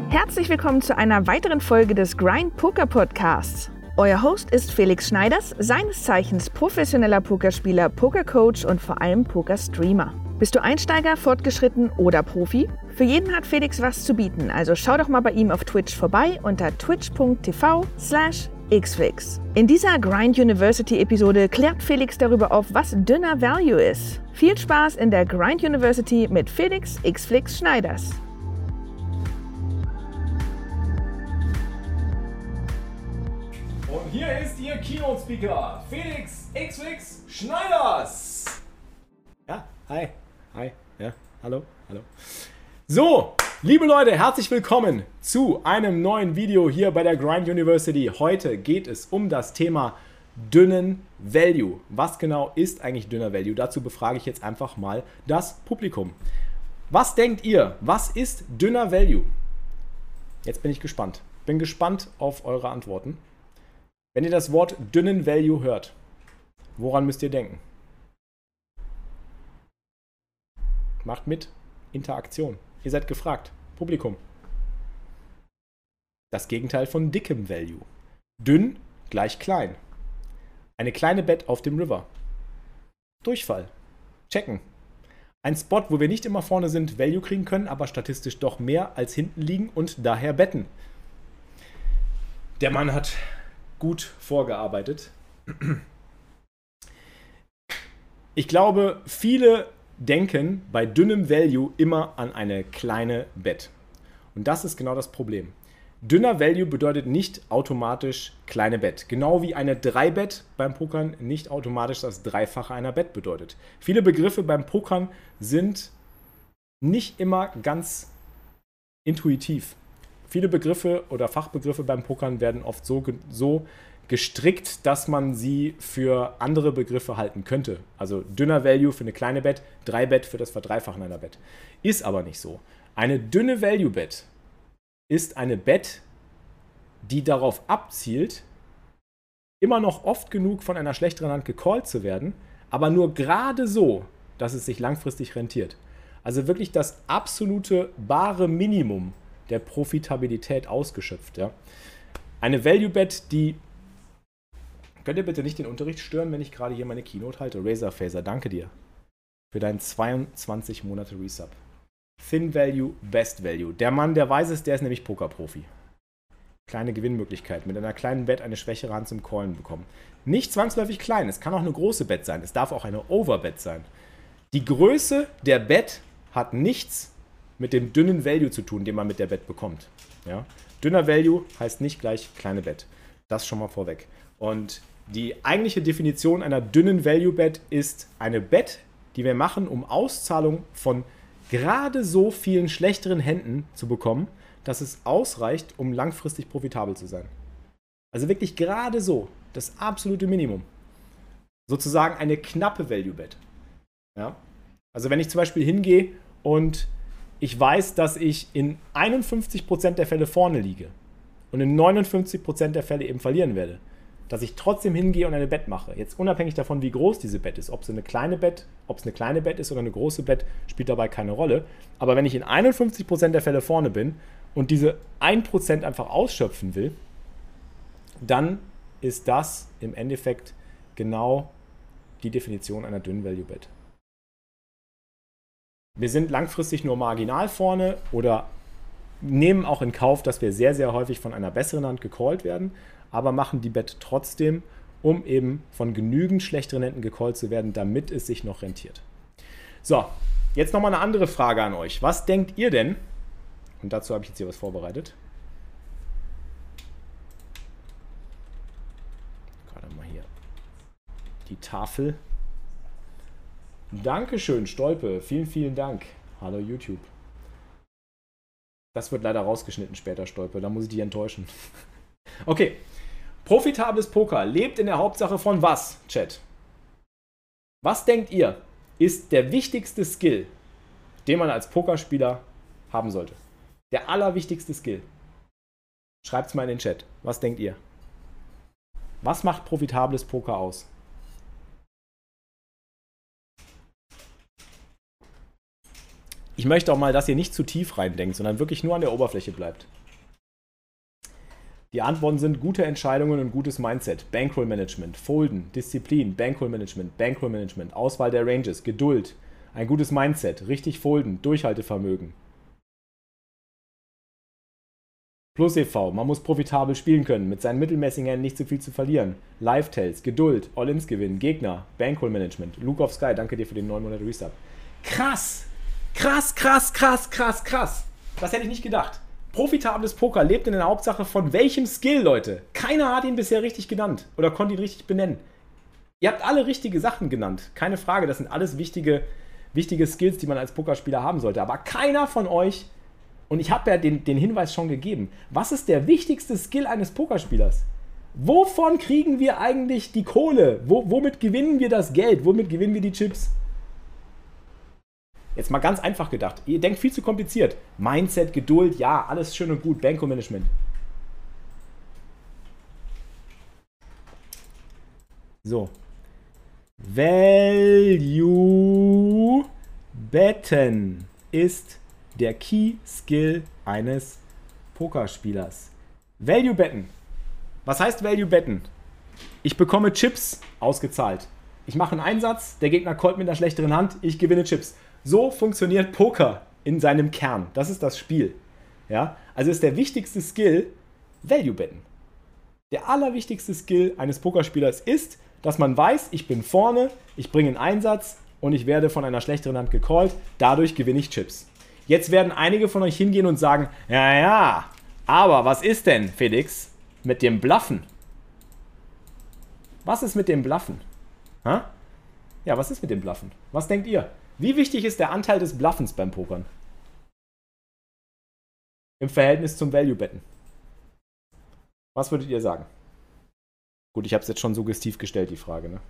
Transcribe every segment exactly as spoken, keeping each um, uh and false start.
Herzlich willkommen zu einer weiteren Folge des Grind Poker Podcasts. Euer Host ist Felix Schneiders, seines Zeichens professioneller Pokerspieler, Pokercoach und vor allem Pokerstreamer. Bist du Einsteiger, fortgeschritten oder Profi? Für jeden hat Felix was zu bieten, also schau doch mal bei ihm auf Twitch vorbei unter twitch punkt t v slash xflix. In dieser Grind University Episode klärt Felix darüber auf, was dünner Value ist. Viel Spaß in der Grind University mit Felix Xflix Schneiders. Und hier ist Ihr Keynote-Speaker, Felix Xflix Schneiders. Ja, hi, hi, ja, hallo, hallo. So, liebe Leute, herzlich willkommen zu einem neuen Video hier bei der Grind University. Heute geht es um das Thema dünnen Value. Was genau ist eigentlich dünner Value? Dazu befrage ich jetzt einfach mal das Publikum. Was denkt ihr? Was ist dünner Value? Jetzt bin ich gespannt. Bin gespannt auf eure Antworten. Wenn ihr das Wort dünnen Value hört, woran müsst ihr denken? Macht mit. Interaktion. Ihr seid gefragt. Publikum. Das Gegenteil von dickem Value. Dünn gleich klein. Eine kleine Bet auf dem River. Durchfall. Checken. Ein Spot, wo wir nicht immer vorne sind, Value kriegen können, aber statistisch doch mehr als hinten liegen und daher betten. Der Mann hat gut vorgearbeitet. Ich glaube, viele denken bei dünnem Value immer an eine kleine Bet. Und das ist genau das Problem. Dünner Value bedeutet nicht automatisch kleine Bet. Genau wie eine drei Bet beim Pokern nicht automatisch das Dreifache einer Bet bedeutet. Viele Begriffe beim Pokern sind nicht immer ganz intuitiv. Viele Begriffe oder Fachbegriffe beim Pokern werden oft so, so gestrickt, dass man sie für andere Begriffe halten könnte. Also dünner Value für eine kleine Bet, drei Bet für das Verdreifachen einer Bet. Ist aber nicht so. Eine dünne Value Bet ist eine Bet, die darauf abzielt, immer noch oft genug von einer schlechteren Hand gecallt zu werden, aber nur gerade so, dass es sich langfristig rentiert. Also wirklich das absolute bare Minimum der Profitabilität ausgeschöpft. Ja. Eine Value-Bet, die... Könnt ihr bitte nicht den Unterricht stören, wenn ich gerade hier meine Keynote halte? Razor Phaser, danke dir für deinen zweiundzwanzig Monate Resub. Thin Value, Best Value. Der Mann, der weiß es, der ist nämlich Pokerprofi. Kleine Gewinnmöglichkeit. Mit einer kleinen Bet eine schwächere Hand zum Callen bekommen. Nicht zwangsläufig klein, es kann auch eine große Bet sein. Es darf auch eine Overbet sein. Die Größe der Bet hat nichts mit dem dünnen Value zu tun, den man mit der Bet bekommt. Ja? Dünner Value heißt nicht gleich kleine Bet. Das schon mal vorweg. Und die eigentliche Definition einer dünnen Value Bet ist eine Bet, die wir machen, um Auszahlung von gerade so vielen schlechteren Händen zu bekommen, dass es ausreicht, um langfristig profitabel zu sein. Also wirklich gerade so, das absolute Minimum. Sozusagen eine knappe Value Bet. Ja? Also wenn ich zum Beispiel hingehe und ich weiß, dass ich in einundfünfzig Prozent der Fälle vorne liege und in neunundfünfzig Prozent der Fälle eben verlieren werde, dass ich trotzdem hingehe und eine Bet mache. Jetzt unabhängig davon, wie groß diese Bet ist, ob es eine kleine Bet, ob es eine kleine Bet ist oder eine große Bet, spielt dabei keine Rolle. Aber wenn ich in einundfünfzig Prozent der Fälle vorne bin und diese ein Prozent einfach ausschöpfen will, dann ist das im Endeffekt genau die Definition einer dünnen Value Bet. Wir sind langfristig nur marginal vorne oder nehmen auch in Kauf, dass wir sehr, sehr häufig von einer besseren Hand gecallt werden, aber machen die Bet trotzdem, um eben von genügend schlechteren Händen gecallt zu werden, damit es sich noch rentiert. So, jetzt nochmal eine andere Frage an euch. Was denkt ihr denn? Und dazu habe ich jetzt hier was vorbereitet. Gerade mal hier die Tafel. Dankeschön, Stolpe. Vielen, vielen Dank. Hallo YouTube. Das wird leider rausgeschnitten später, Stolpe. Da muss ich dich enttäuschen. Okay. Profitables Poker lebt in der Hauptsache von was, Chat? Was denkt ihr, ist der wichtigste Skill, den man als Pokerspieler haben sollte? Der allerwichtigste Skill. Schreibt es mal in den Chat. Was denkt ihr? Was macht profitables Poker aus? Ich möchte auch mal, dass ihr nicht zu tief reindenkt, sondern wirklich nur an der Oberfläche bleibt. Die Antworten sind gute Entscheidungen und gutes Mindset, Bankroll Management, Folden, Disziplin, Bankroll Management, Bankroll Management, Auswahl der Ranges, Geduld, ein gutes Mindset, richtig folden, Durchhaltevermögen. Plus E V, man muss profitabel spielen können, mit seinen mittelmäßigen Händen nicht zu viel zu verlieren. Live-Tails, Geduld, All-Ins gewinnen, Gegner, Bankroll Management, Luke of Sky, danke dir für den neun Monate Resub. Krass! Krass, krass, krass, krass, krass! Das hätte ich nicht gedacht. Profitables Poker lebt in der Hauptsache von welchem Skill, Leute? Keiner hat ihn bisher richtig genannt oder konnte ihn richtig benennen. Ihr habt alle richtige Sachen genannt, keine Frage, das sind alles wichtige, wichtige Skills, die man als Pokerspieler haben sollte. Aber keiner von euch, und ich habe ja den, den Hinweis schon gegeben, was ist der wichtigste Skill eines Pokerspielers? Wovon kriegen wir eigentlich die Kohle? Wo, womit gewinnen wir das Geld? Womit gewinnen wir die Chips? Jetzt mal ganz einfach gedacht. Ihr denkt viel zu kompliziert. Mindset, Geduld, ja, alles schön und gut. Bankroll Management. So. Value Betten ist der Key Skill eines Pokerspielers. Value Betten. Was heißt Value Betten? Ich bekomme Chips ausgezahlt. Ich mache einen Einsatz, der Gegner callt mit einer schlechteren Hand, ich gewinne Chips. So funktioniert Poker in seinem Kern. Das ist das Spiel. Ja? Also ist der wichtigste Skill Value Betten. Der allerwichtigste Skill eines Pokerspielers ist, dass man weiß, ich bin vorne, ich bringe einen Einsatz und ich werde von einer schlechteren Hand gecallt. Dadurch gewinne ich Chips. Jetzt werden einige von euch hingehen und sagen, ja, ja, aber was ist denn, Felix, mit dem Bluffen? Was ist mit dem Bluffen? Ha? Ja, was ist mit dem Bluffen? Was denkt ihr? Wie wichtig ist der Anteil des Bluffens beim Pokern? Im Verhältnis zum Value-Betten. Was würdet ihr sagen? Gut, ich habe es jetzt schon suggestiv gestellt, die Frage, ne?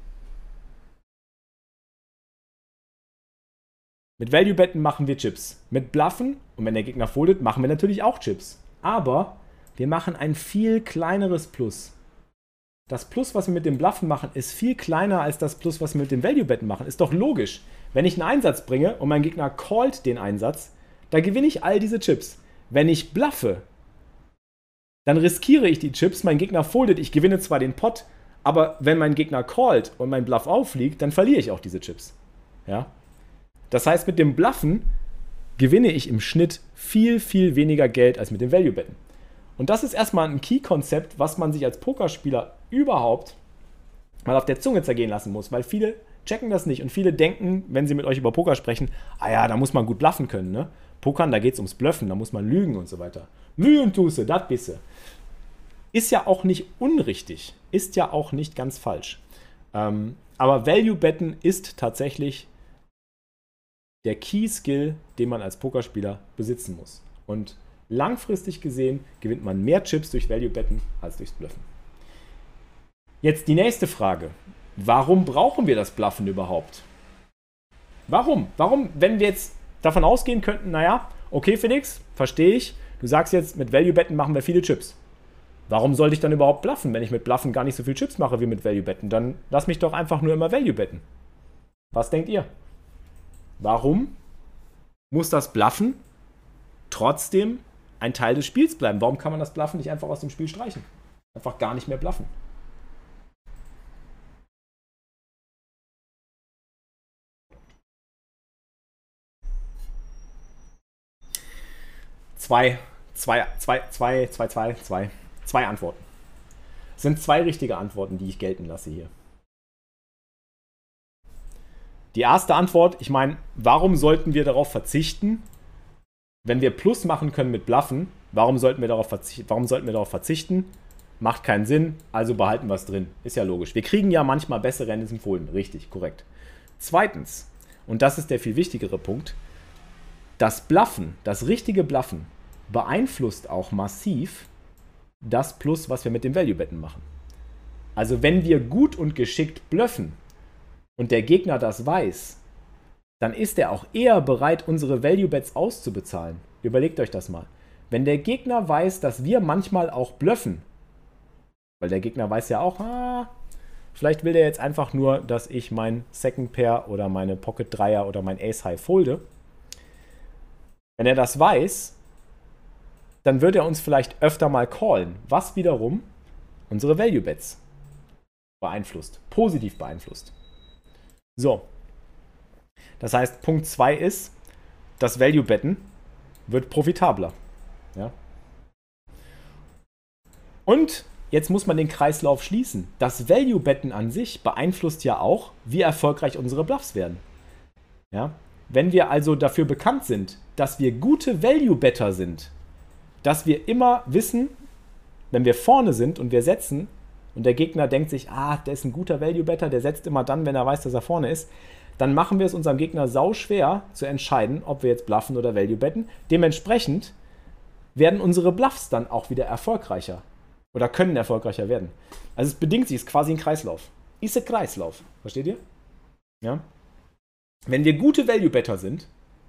Mit Value-Betten machen wir Chips. Mit Bluffen, und wenn der Gegner foldet, machen wir natürlich auch Chips. Aber wir machen ein viel kleineres Plus. Das Plus, was wir mit dem Bluffen machen, ist viel kleiner als das Plus, was wir mit dem Value-Betten machen. Ist doch logisch. Wenn ich einen Einsatz bringe und mein Gegner callt den Einsatz, dann gewinne ich all diese Chips. Wenn ich bluffe, dann riskiere ich die Chips, mein Gegner foldet, ich gewinne zwar den Pot, aber wenn mein Gegner callt und mein Bluff auffliegt, dann verliere ich auch diese Chips. Ja? Das heißt, mit dem Bluffen gewinne ich im Schnitt viel, viel weniger Geld als mit dem Value-Betten. Und das ist erstmal ein Key-Konzept, was man sich als Pokerspieler überhaupt mal auf der Zunge zergehen lassen muss, weil viele checken das nicht und viele denken, wenn sie mit euch über Poker sprechen, ah ja, da muss man gut bluffen können, ne? Pokern, da geht es ums Bluffen, da muss man lügen und so weiter. Mühen tuse, dat bisse. Ist ja auch nicht unrichtig, ist ja auch nicht ganz falsch. Ähm, aber Value-Betten ist tatsächlich der Key-Skill, den man als Pokerspieler besitzen muss. Und langfristig gesehen gewinnt man mehr Chips durch Value-Betten als durchs Bluffen. Jetzt die nächste Frage. Warum brauchen wir das Bluffen überhaupt? Warum? Warum, wenn wir jetzt davon ausgehen könnten, naja, okay Felix, verstehe ich, du sagst jetzt, mit Value-Betten machen wir viele Chips. Warum sollte ich dann überhaupt bluffen, wenn ich mit Bluffen gar nicht so viel Chips mache wie mit Value-Betten? Dann lass mich doch einfach nur immer Value-Betten. Was denkt ihr? Warum muss das Bluffen trotzdem ein Teil des Spiels bleiben? Warum kann man das Bluffen nicht einfach aus dem Spiel streichen? Einfach gar nicht mehr bluffen. Zwei, zwei, zwei, zwei, zwei, zwei, zwei, zwei Antworten. Es sind zwei richtige Antworten, die ich gelten lasse hier. Die erste Antwort, ich meine, warum sollten wir darauf verzichten, wenn wir Plus machen können mit Bluffen, warum sollten wir darauf verzichten? Warum sollten wir darauf verzichten? Macht keinen Sinn, also behalten wir es drin. Ist ja logisch. Wir kriegen ja manchmal bessere Rennes im Folden. Richtig, korrekt. Zweitens, und das ist der viel wichtigere Punkt, das Bluffen, das richtige Bluffen, beeinflusst auch massiv das Plus, was wir mit dem Value-Betten machen. Also wenn wir gut und geschickt bluffen und der Gegner das weiß, dann ist er auch eher bereit, unsere Value-Bets auszubezahlen. Überlegt euch das mal. Wenn der Gegner weiß, dass wir manchmal auch bluffen, weil der Gegner weiß ja auch, ah, vielleicht will der jetzt einfach nur, dass ich mein Second Pair oder meine Pocket Dreier oder mein Ace High folde. Wenn er das weiß, dann wird er uns vielleicht öfter mal callen, was wiederum unsere Value Bets beeinflusst, positiv beeinflusst. So, das heißt, Punkt zwei ist, das Value Betten wird profitabler. Ja? Und jetzt muss man den Kreislauf schließen. Das Value Betten an sich beeinflusst ja auch, wie erfolgreich unsere Bluffs werden. Ja? Wenn wir also dafür bekannt sind, dass wir gute Value Better sind, dass wir immer wissen, wenn wir vorne sind und wir setzen und der Gegner denkt sich, ah, der ist ein guter Value Better, der setzt immer dann, wenn er weiß, dass er vorne ist, dann machen wir es unserem Gegner sau schwer zu entscheiden, ob wir jetzt bluffen oder Value betten. Dementsprechend werden unsere Bluffs dann auch wieder erfolgreicher oder können erfolgreicher werden. Also es bedingt sich, es ist quasi ein Kreislauf. Ist ein Kreislauf. Versteht ihr? Ja. Wenn wir gute Value Better sind,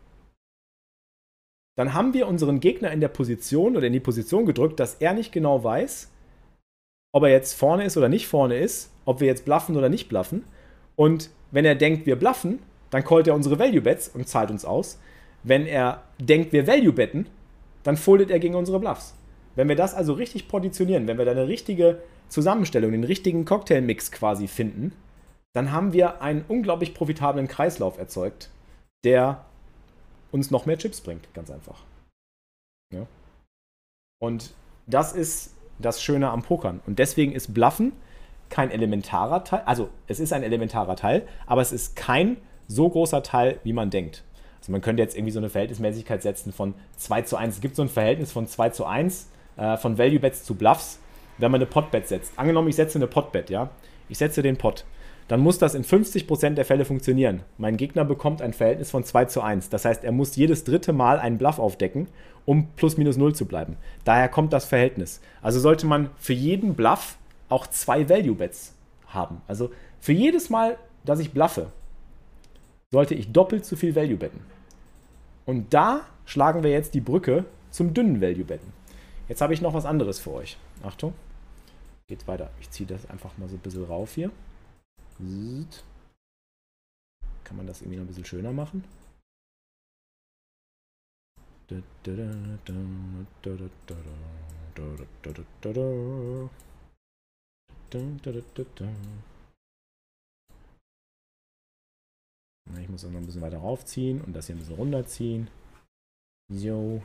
dann haben wir unseren Gegner in der Position oder in die Position gedrückt, dass er nicht genau weiß, ob er jetzt vorne ist oder nicht vorne ist, ob wir jetzt bluffen oder nicht bluffen. Und wenn er denkt, wir bluffen, dann callt er unsere Value Bets und zahlt uns aus. Wenn er denkt, wir Value betten, dann foldet er gegen unsere Bluffs. Wenn wir das also richtig positionieren, wenn wir da eine richtige Zusammenstellung, den richtigen Cocktailmix quasi finden, dann haben wir einen unglaublich profitablen Kreislauf erzeugt, der uns noch mehr Chips bringt, ganz einfach. Ja. Und das ist das Schöne am Pokern. Und deswegen ist Bluffen kein elementarer Teil, also es ist ein elementarer Teil, aber es ist kein so großer Teil, wie man denkt. Also man könnte jetzt irgendwie so eine Verhältnismäßigkeit setzen von zwei zu eins. Es gibt so ein Verhältnis von zwei zu eins äh, von Value Bets zu Bluffs, wenn man eine Pot-Bet setzt. Angenommen, ich setze eine Pot-Bet, ja. Ich setze den Pot. Dann muss das in fünfzig Prozent der Fälle funktionieren. Mein Gegner bekommt ein Verhältnis von zwei zu eins. Das heißt, er muss jedes dritte Mal einen Bluff aufdecken, um plus minus null zu bleiben. Daher kommt das Verhältnis. Also sollte man für jeden Bluff auch zwei Value Bets haben. Also für jedes Mal, dass ich bluffe, sollte ich doppelt so viel Value betten. Und da schlagen wir jetzt die Brücke zum dünnen Value betten. Jetzt habe ich noch was anderes für euch. Achtung, geht weiter. Ich ziehe das einfach mal so ein bisschen rauf hier. Kann man das irgendwie noch ein bisschen schöner machen? Ich muss das noch ein bisschen weiter raufziehen und das hier ein bisschen runterziehen. So.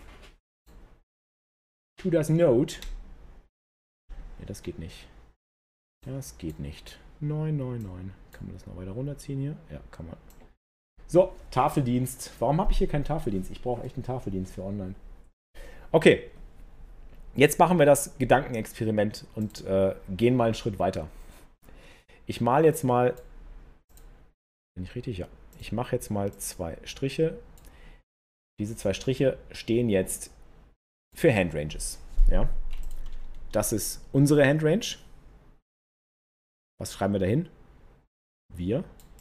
To das Note. Ne, das geht nicht. Das geht nicht. neun neun neun. Kann man das noch weiter runterziehen hier? Ja, kann man. So, Tafeldienst. Warum habe ich hier keinen Tafeldienst? Ich brauche echt einen Tafeldienst für online. Okay. Jetzt machen wir das Gedankenexperiment und äh, gehen mal einen Schritt weiter. Ich male jetzt mal. Bin ich richtig? Ja. Ich mache jetzt mal zwei Striche. Diese zwei Striche stehen jetzt für Handranges. Ja. Das ist unsere Handrange. Was schreiben wir dahin? Wir.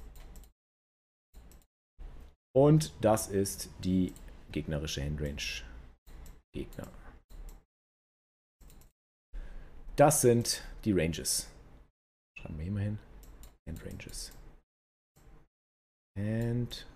Und das ist die gegnerische Handrange. Gegner. Das sind die Ranges. Schreiben wir hier mal hin. Handranges. And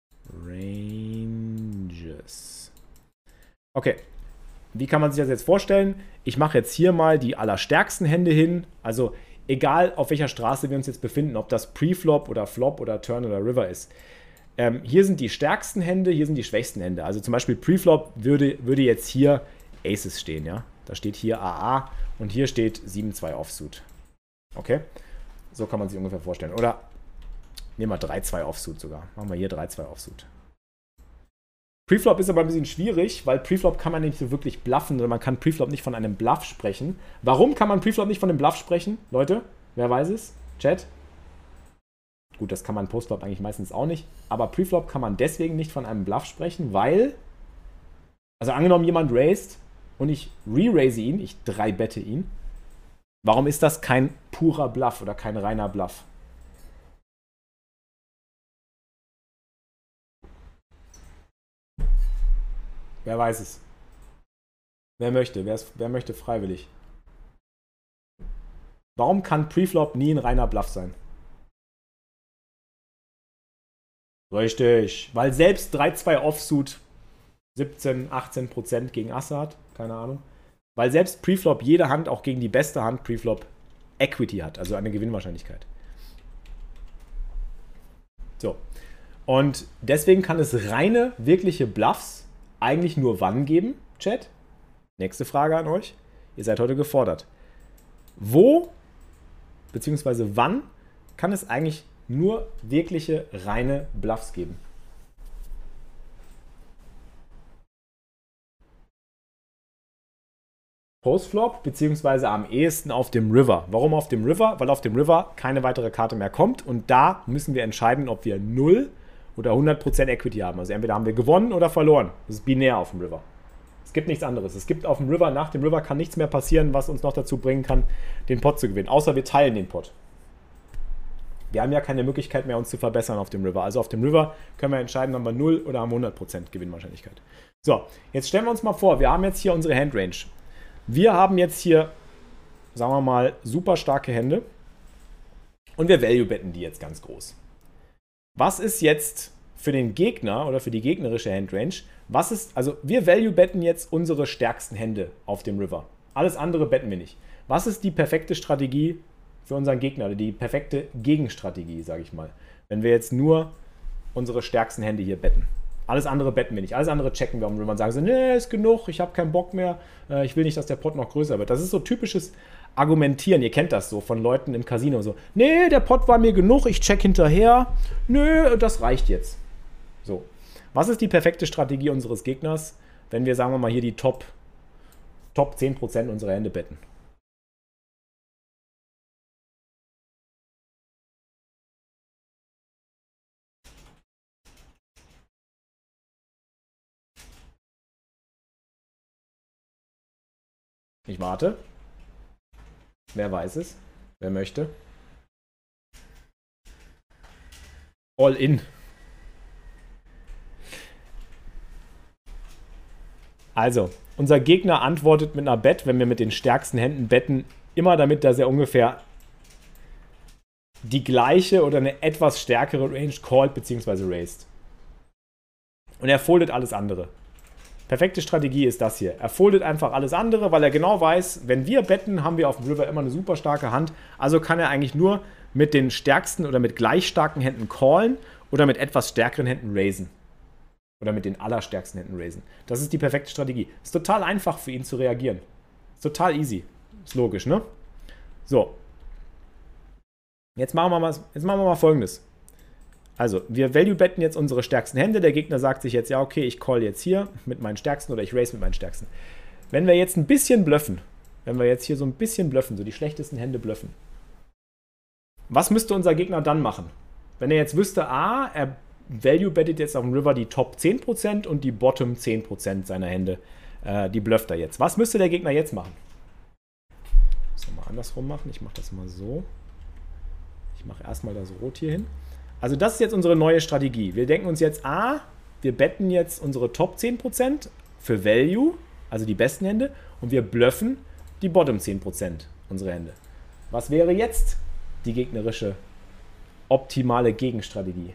Ranges. Okay. Wie kann man sich das jetzt vorstellen? Ich mache jetzt hier mal die allerstärksten Hände hin. Also egal auf welcher Straße wir uns jetzt befinden, ob das Pre-Flop oder Flop oder Turn oder River ist. Ähm, hier sind die stärksten Hände, hier sind die schwächsten Hände. Also zum Beispiel Pre-Flop würde, würde jetzt hier Aces stehen, ja. Da steht hier A A und hier steht sieben zwei Offsuit. Okay? So kann man sich ungefähr vorstellen. Oder nehmen wir drei zwei Offsuit sogar. Machen wir hier drei zwei Offsuit. Preflop ist aber ein bisschen schwierig, weil Preflop kann man nicht so wirklich bluffen oder man kann Preflop nicht von einem Bluff sprechen. Warum kann man Preflop nicht von einem Bluff sprechen? Leute, wer weiß es? Chat? Gut, das kann man Postflop eigentlich meistens auch nicht. Aber Preflop kann man deswegen nicht von einem Bluff sprechen, weil, also angenommen jemand raised und ich re-raise ihn, ich drei bette ihn. Warum ist das kein purer Bluff oder kein reiner Bluff? Wer weiß es? Wer möchte? Wer, ist, wer möchte freiwillig? Warum kann Preflop nie ein reiner Bluff sein? Richtig, weil selbst drei zwei Offsuit siebzehn, achtzehn Prozent gegen Asse hat, keine Ahnung. Weil selbst Preflop jede Hand auch gegen die beste Hand Preflop Equity hat, also eine Gewinnwahrscheinlichkeit. So. Und deswegen kann es reine, wirkliche Bluffs eigentlich nur wann geben, Chat? Nächste Frage an euch. Ihr seid heute gefordert. Wo, beziehungsweise wann, kann es eigentlich nur wirkliche, reine Bluffs geben? Postflop, beziehungsweise am ehesten auf dem River. Warum auf dem River? Weil auf dem River keine weitere Karte mehr kommt und da müssen wir entscheiden, ob wir null oder hundert Prozent Equity haben. Also entweder haben wir gewonnen oder verloren. Das ist binär auf dem River. Es gibt nichts anderes. Es gibt auf dem River, nach dem River kann nichts mehr passieren, was uns noch dazu bringen kann, den Pot zu gewinnen. Außer wir teilen den Pot. Wir haben ja keine Möglichkeit mehr, uns zu verbessern auf dem River. Also auf dem River können wir entscheiden, haben wir null oder haben hundert Prozent Gewinnwahrscheinlichkeit. So, jetzt stellen wir uns mal vor, wir haben jetzt hier unsere Handrange. Wir haben jetzt hier, sagen wir mal, super starke Hände und wir value-betten die jetzt ganz groß. Was ist jetzt für den Gegner oder für die gegnerische Handrange, was ist, also wir value-betten jetzt unsere stärksten Hände auf dem River. Alles andere betten wir nicht. Was ist die perfekte Strategie für unseren Gegner oder die perfekte Gegenstrategie, sage ich mal, wenn wir jetzt nur unsere stärksten Hände hier betten? Alles andere betten wir nicht. Alles andere checken wir am River und sagen so, nee, ist genug, ich habe keinen Bock mehr, ich will nicht, dass der Pot noch größer wird. Das ist so typisches Argumentieren, ihr kennt das so von Leuten im Casino so, nee, der Pot war mir genug, ich check hinterher, nö, das reicht jetzt. So. Was ist die perfekte Strategie unseres Gegners, wenn wir, sagen wir mal, hier die Top, Top zehn Prozent unserer Hände betten? Ich warte. Wer weiß es? Wer möchte? All in. Also, unser Gegner antwortet mit einer Bet, wenn wir mit den stärksten Händen betten, immer damit, dass er ungefähr die gleiche oder eine etwas stärkere Range callt bzw. raised. Und er foldet alles andere. Perfekte Strategie ist das hier. Er foldet einfach alles andere, weil er genau weiß, wenn wir betten, haben wir auf dem River immer eine super starke Hand. Also kann er eigentlich nur mit den stärksten oder mit gleich starken Händen callen oder mit etwas stärkeren Händen raisen. Oder mit den allerstärksten Händen raisen. Das ist die perfekte Strategie. Ist total einfach für ihn zu reagieren. Ist total easy. Ist logisch, ne? So. Jetzt machen wir mal, jetzt machen wir mal Folgendes. Also, wir value-betten jetzt unsere stärksten Hände. Der Gegner sagt sich jetzt, ja, okay, ich call jetzt hier mit meinen stärksten oder ich raise mit meinen stärksten. Wenn wir jetzt ein bisschen bluffen, wenn wir jetzt hier so ein bisschen bluffen, so die schlechtesten Hände bluffen, was müsste unser Gegner dann machen? Wenn er jetzt wüsste, ah, er value-bettet jetzt auf dem River die Top zehn Prozent und die Bottom zehn Prozent seiner Hände, äh, die blufft er jetzt. Was müsste der Gegner jetzt machen? Ich muss mal andersrum machen. Ich mache das mal so. Ich mache erstmal das Rot hier hin. Also das ist jetzt unsere neue Strategie. Wir denken uns jetzt, ah, wir betten jetzt unsere Top zehn Prozent für Value, also die besten Hände, und wir bluffen die Bottom zehn Prozent, unsere Hände. Was wäre jetzt die gegnerische optimale Gegenstrategie?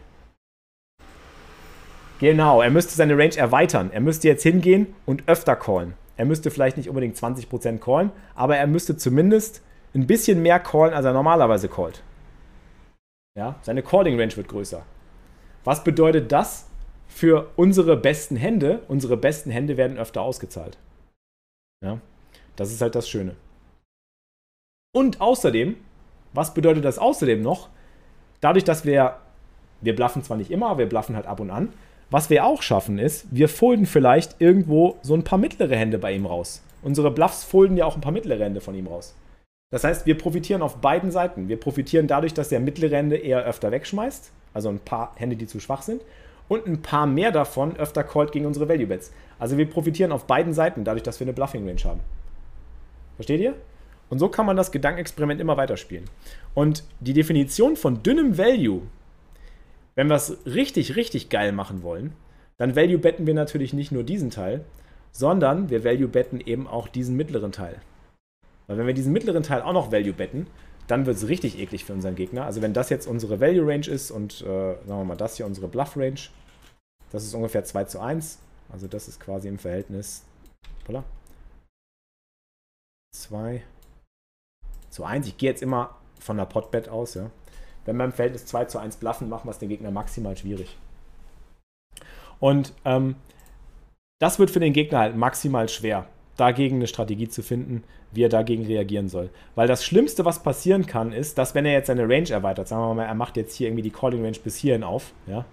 Genau, er müsste seine Range erweitern. Er müsste jetzt hingehen und öfter callen. Er müsste vielleicht nicht unbedingt zwanzig Prozent callen, aber er müsste zumindest ein bisschen mehr callen, als er normalerweise callt. Ja, seine Calling-Range wird größer. Was bedeutet das für unsere besten Hände? Unsere besten Hände werden öfter ausgezahlt. Ja, das ist halt das Schöne. Und außerdem, was bedeutet das außerdem noch? Dadurch, dass wir, wir bluffen zwar nicht immer, wir bluffen halt ab und an, was wir auch schaffen ist, wir folden vielleicht irgendwo so ein paar mittlere Hände bei ihm raus. Unsere Bluffs folden ja auch ein paar mittlere Hände von ihm raus. Das heißt, wir profitieren auf beiden Seiten. Wir profitieren dadurch, dass der mittlere Hände eher öfter wegschmeißt, also ein paar Hände, die zu schwach sind, und ein paar mehr davon öfter callt gegen unsere Value Bets. Also wir profitieren auf beiden Seiten, dadurch, dass wir eine Bluffing Range haben. Versteht ihr? Und so kann man das Gedankenexperiment immer weiterspielen. Und die Definition von dünnem Value, wenn wir es richtig, richtig geil machen wollen, dann Value betten wir natürlich nicht nur diesen Teil, sondern wir Value betten eben auch diesen mittleren Teil. Weil wenn wir diesen mittleren Teil auch noch Value betten, dann wird es richtig eklig für unseren Gegner. Also wenn das jetzt unsere Value Range ist und, äh, sagen wir mal, das hier unsere Bluff Range, das ist ungefähr zwei zu eins. Also das ist quasi im Verhältnis voilà, zwei zu eins. Ich gehe jetzt immer von der Potbet aus. Ja. Wenn wir im Verhältnis zwei zu eins bluffen, machen wir es den Gegner maximal schwierig. Und ähm, das wird für den Gegner halt maximal schwer, dagegen eine Strategie zu finden, wie er dagegen reagieren soll. Weil das Schlimmste, was passieren kann, ist, dass wenn er jetzt seine Range erweitert, sagen wir mal, er macht jetzt hier irgendwie die Calling Range bis hierhin auf, ja.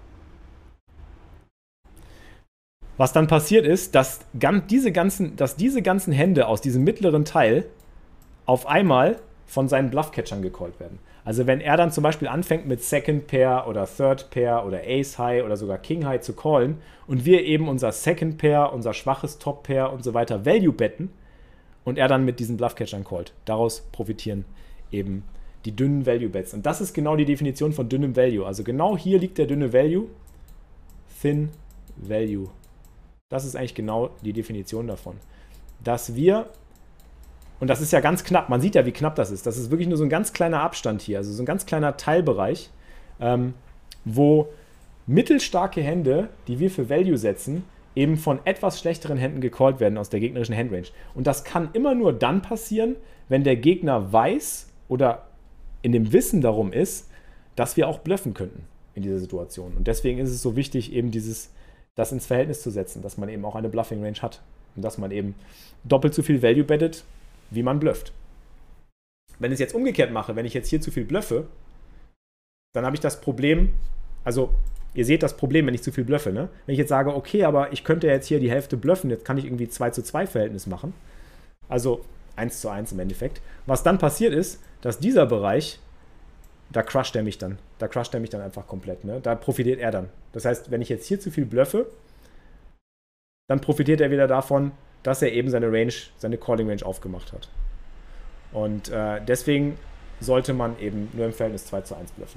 Was dann passiert ist, dass diese ganzen, dass diese ganzen Hände aus diesem mittleren Teil auf einmal von seinen Bluff-Catchern gecallt werden. Also wenn er dann zum Beispiel anfängt mit Second Pair oder Third Pair oder Ace High oder sogar King High zu callen und wir eben unser Second Pair, unser schwaches Top Pair und so weiter Value betten und er dann mit diesen Bluff-Catchern callt. Daraus profitieren eben die dünnen Value-Bets. Und das ist genau die Definition von dünnem Value. Also genau hier liegt der dünne Value. Thin Value. Das ist eigentlich genau die Definition davon. Dass wir, und das ist ja ganz knapp, man sieht ja, wie knapp das ist. Das ist wirklich nur so ein ganz kleiner Abstand hier, also so ein ganz kleiner Teilbereich, ähm, wo mittelstarke Hände, die wir für Value setzen, eben von etwas schlechteren Händen gecallt werden aus der gegnerischen Handrange. Und das kann immer nur dann passieren, wenn der Gegner weiß oder in dem Wissen darum ist, dass wir auch bluffen könnten in dieser Situation. Und deswegen ist es so wichtig, eben dieses das ins Verhältnis zu setzen, dass man eben auch eine Bluffing-Range hat und dass man eben doppelt so viel Value bettet, wie man blufft. Wenn ich es jetzt umgekehrt mache, wenn ich jetzt hier zu viel bluffe, dann habe ich das Problem, also ihr seht das Problem, wenn ich zu viel bluffe, ne? Wenn ich jetzt sage, okay, aber ich könnte jetzt hier die Hälfte bluffen, jetzt kann ich irgendwie zwei zu zwei Verhältnis machen, also eins zu eins im Endeffekt. Was dann passiert ist, dass dieser Bereich, da crusht er mich dann. Da crusht er mich dann einfach komplett. Ne? Da profitiert er dann. Das heißt, wenn ich jetzt hier zu viel bluffe, dann profitiert er wieder davon, dass er eben seine Range, seine Calling Range aufgemacht hat. Und äh, deswegen sollte man eben nur im Verhältnis zwei zu eins bluffen.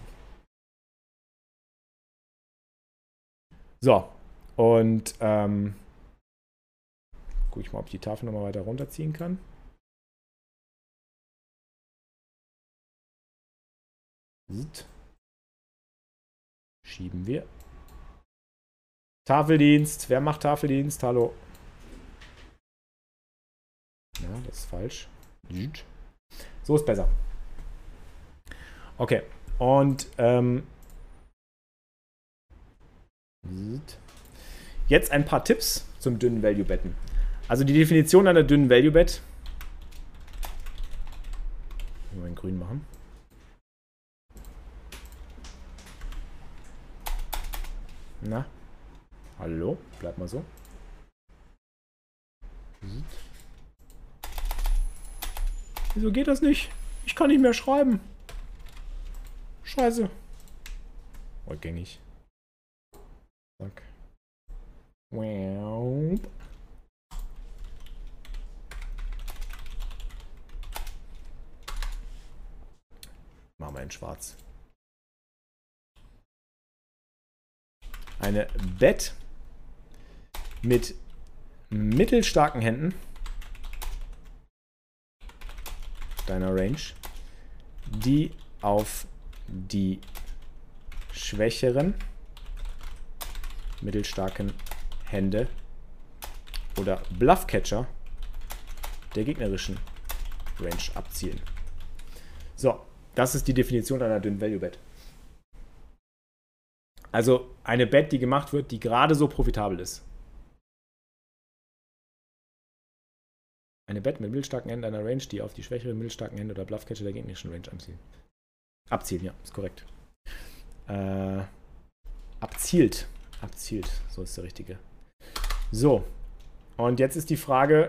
So, und ähm, gucke ich mal, ob ich die Tafel nochmal weiter runterziehen kann. Schieben wir. Tafeldienst. Wer macht Tafeldienst? Hallo. Ja, das ist falsch. So ist besser. Okay. Und ähm, jetzt ein paar Tipps zum dünnen Value-Betten. Also die Definition einer dünnen Value-Bet. Mal in grün machen. Na, hallo, bleib mal so. Wieso geht das nicht? Ich kann nicht mehr schreiben. Scheiße. Rückgängig. Zack. Wow. Machen wir in schwarz. Eine Bet mit mittelstarken Händen deiner Range, die auf die schwächeren mittelstarken Hände oder Bluffcatcher der gegnerischen Range abzielen. So, das ist die Definition einer dünnen Value Bet. Also eine Bet, die gemacht wird, die gerade so profitabel ist. Eine Bet mit mittelstarken Händen einer Range, die auf die schwächeren mittelstarken Hände oder Bluffcatcher der gegnerischen Range abzielen. Abzielen, ja, ist korrekt. Äh, abzielt. Abzielt, so ist der richtige. So, und jetzt ist die Frage,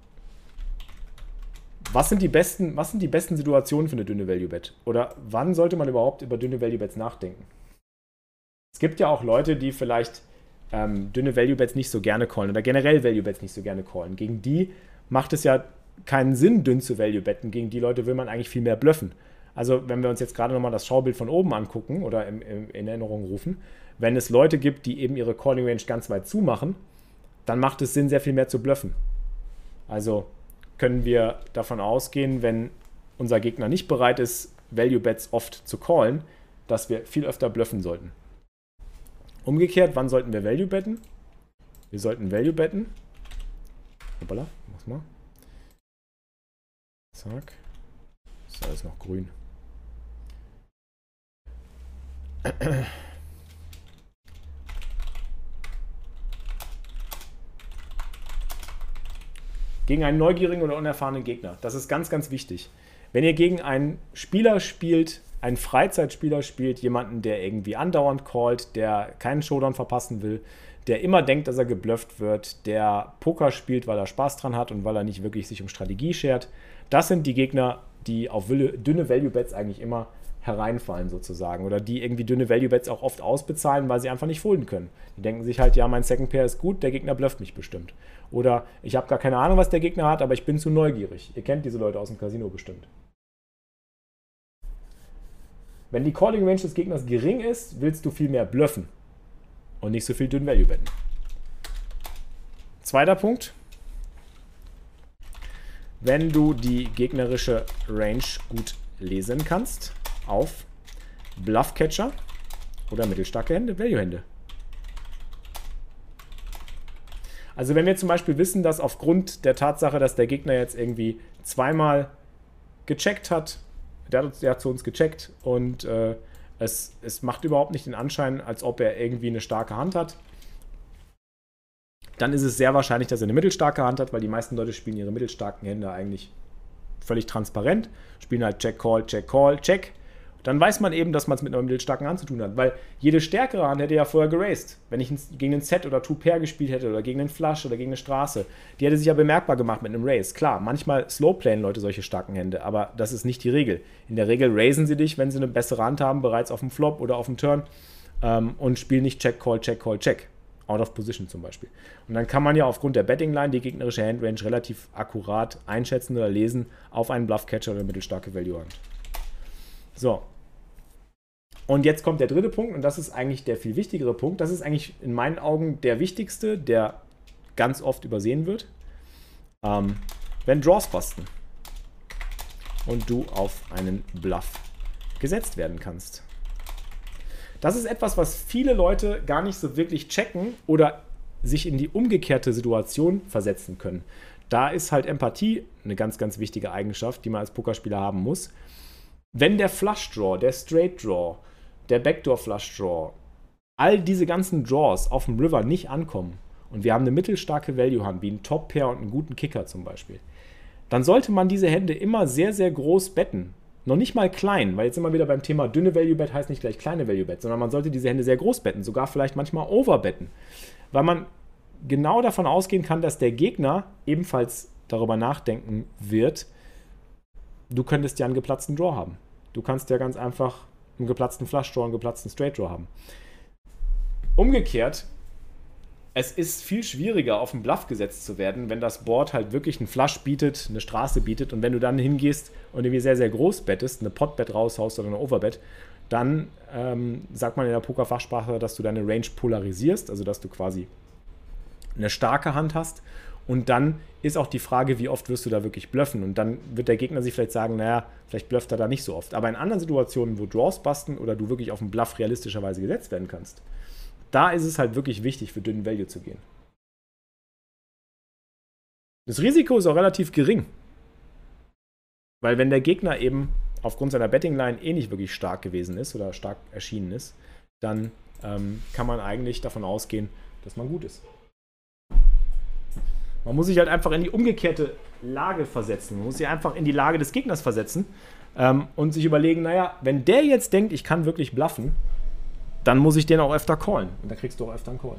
was sind die besten, was sind die besten Situationen für eine dünne Value Bet? Oder wann sollte man überhaupt über dünne Value Bets nachdenken? Es gibt ja auch Leute, die vielleicht ähm, dünne Value Bets nicht so gerne callen oder generell Value Bets nicht so gerne callen. Gegen die macht es ja keinen Sinn, dünn zu Value betten. Gegen die Leute will man eigentlich viel mehr bluffen. Also wenn wir uns jetzt gerade nochmal das Schaubild von oben angucken oder im, im, in Erinnerung rufen, wenn es Leute gibt, die eben ihre Calling Range ganz weit zumachen, dann macht es Sinn, sehr viel mehr zu bluffen. Also können wir davon ausgehen, wenn unser Gegner nicht bereit ist, Value Bets oft zu callen, dass wir viel öfter bluffen sollten. Umgekehrt, wann sollten wir Value betten? Wir sollten Value betten. Hoppala, mach's mal. Zack. Ist alles noch grün. Gegen einen neugierigen oder unerfahrenen Gegner. Das ist ganz, ganz wichtig. Wenn ihr gegen einen Spieler spielt, einen Freizeitspieler spielt, jemanden, der irgendwie andauernd callt, der keinen Showdown verpassen will, der immer denkt, dass er geblufft wird, der Poker spielt, weil er Spaß dran hat und weil er nicht wirklich sich um Strategie schert. Das sind die Gegner, die auf dünne Value-Bets eigentlich immer hereinfallen sozusagen oder die irgendwie dünne Value-Bets auch oft ausbezahlen, weil sie einfach nicht folden können. Die denken sich halt, ja, mein Second Pair ist gut, der Gegner blufft mich bestimmt. Oder ich habe gar keine Ahnung, was der Gegner hat, aber ich bin zu neugierig. Ihr kennt diese Leute aus dem Casino bestimmt. Wenn die Calling Range des Gegners gering ist, willst du viel mehr bluffen und nicht so viel dünn Value betten. Zweiter Punkt. Wenn du die gegnerische Range gut lesen kannst, auf Bluffcatcher oder mittelstarke Hände, Value-Hände. Also wenn wir zum Beispiel wissen, dass aufgrund der Tatsache, dass der Gegner jetzt irgendwie zweimal gecheckt hat, der hat, der hat zu uns gecheckt und äh, es, es macht überhaupt nicht den Anschein, als ob er irgendwie eine starke Hand hat, dann ist es sehr wahrscheinlich, dass er eine mittelstarke Hand hat, weil die meisten Leute spielen ihre mittelstarken Hände eigentlich völlig transparent, spielen halt Check, Call, Check, Call, Check. Dann weiß man eben, dass man es mit einer mittelstarken Hand zu tun hat, weil jede stärkere Hand hätte ja vorher geraced. Wenn ich gegen einen Set oder Two-Pair gespielt hätte oder gegen einen Flush oder gegen eine Straße, die hätte sich ja bemerkbar gemacht mit einem Race. Klar, manchmal slowplayen Leute solche starken Hände, aber das ist nicht die Regel. In der Regel raisen sie dich, wenn sie eine bessere Hand haben, bereits auf dem Flop oder auf dem Turn ähm, und spielen nicht Check, Call, Check, Call, Check. Out of Position zum Beispiel. Und dann kann man ja aufgrund der Betting-Line die gegnerische Handrange relativ akkurat einschätzen oder lesen auf einen Bluff-Catcher oder mittelstarke Value-Hand. So. Und jetzt kommt der dritte Punkt und das ist eigentlich der viel wichtigere Punkt. Das ist eigentlich in meinen Augen der wichtigste, der ganz oft übersehen wird. Ähm, wenn Draws busten und du auf einen Bluff gesetzt werden kannst. Das ist etwas, was viele Leute gar nicht so wirklich checken oder sich in die umgekehrte Situation versetzen können. Da ist halt Empathie eine ganz, ganz wichtige Eigenschaft, die man als Pokerspieler haben muss. Wenn der Flush Draw, der Straight Draw, der Backdoor Flush Draw, all diese ganzen Draws auf dem River nicht ankommen und wir haben eine mittelstarke Value-Hand, wie ein Top-Pair und einen guten Kicker zum Beispiel, dann sollte man diese Hände immer sehr, sehr groß betten. Noch nicht mal klein, weil jetzt immer wieder beim Thema dünne Value-Bet heißt nicht gleich kleine Value-Bet, sondern man sollte diese Hände sehr groß betten, sogar vielleicht manchmal overbetten, weil man genau davon ausgehen kann, dass der Gegner ebenfalls darüber nachdenken wird, du könntest ja einen geplatzten Draw haben. Du kannst ja ganz einfach einen geplatzten Flush-Draw, einen geplatzten Straight-Draw haben. Umgekehrt, es ist viel schwieriger, auf den Bluff gesetzt zu werden, wenn das Board halt wirklich einen Flush bietet, eine Straße bietet und wenn du dann hingehst und irgendwie sehr, sehr groß bettest, eine Pot-Bet raushaust oder eine Overbet, dann ähm, sagt man in der Pokerfachsprache, dass du deine Range polarisierst, also dass du quasi eine starke Hand hast und dann ist auch die Frage, wie oft wirst du da wirklich bluffen und dann wird der Gegner sich vielleicht sagen, naja, vielleicht blufft er da nicht so oft, aber in anderen Situationen, wo Draws busten oder du wirklich auf den Bluff realistischerweise gesetzt werden kannst, da ist es halt wirklich wichtig, für dünnen Value zu gehen. Das Risiko ist auch relativ gering. Weil wenn der Gegner eben aufgrund seiner Betting-Line eh nicht wirklich stark gewesen ist oder stark erschienen ist, dann ähm, kann man eigentlich davon ausgehen, dass man gut ist. Man muss sich halt einfach in die umgekehrte Lage versetzen. Man muss sich einfach in die Lage des Gegners versetzen ähm, und sich überlegen, naja, wenn der jetzt denkt, ich kann wirklich bluffen, dann muss ich den auch öfter callen. Und dann kriegst du auch öfter einen Call.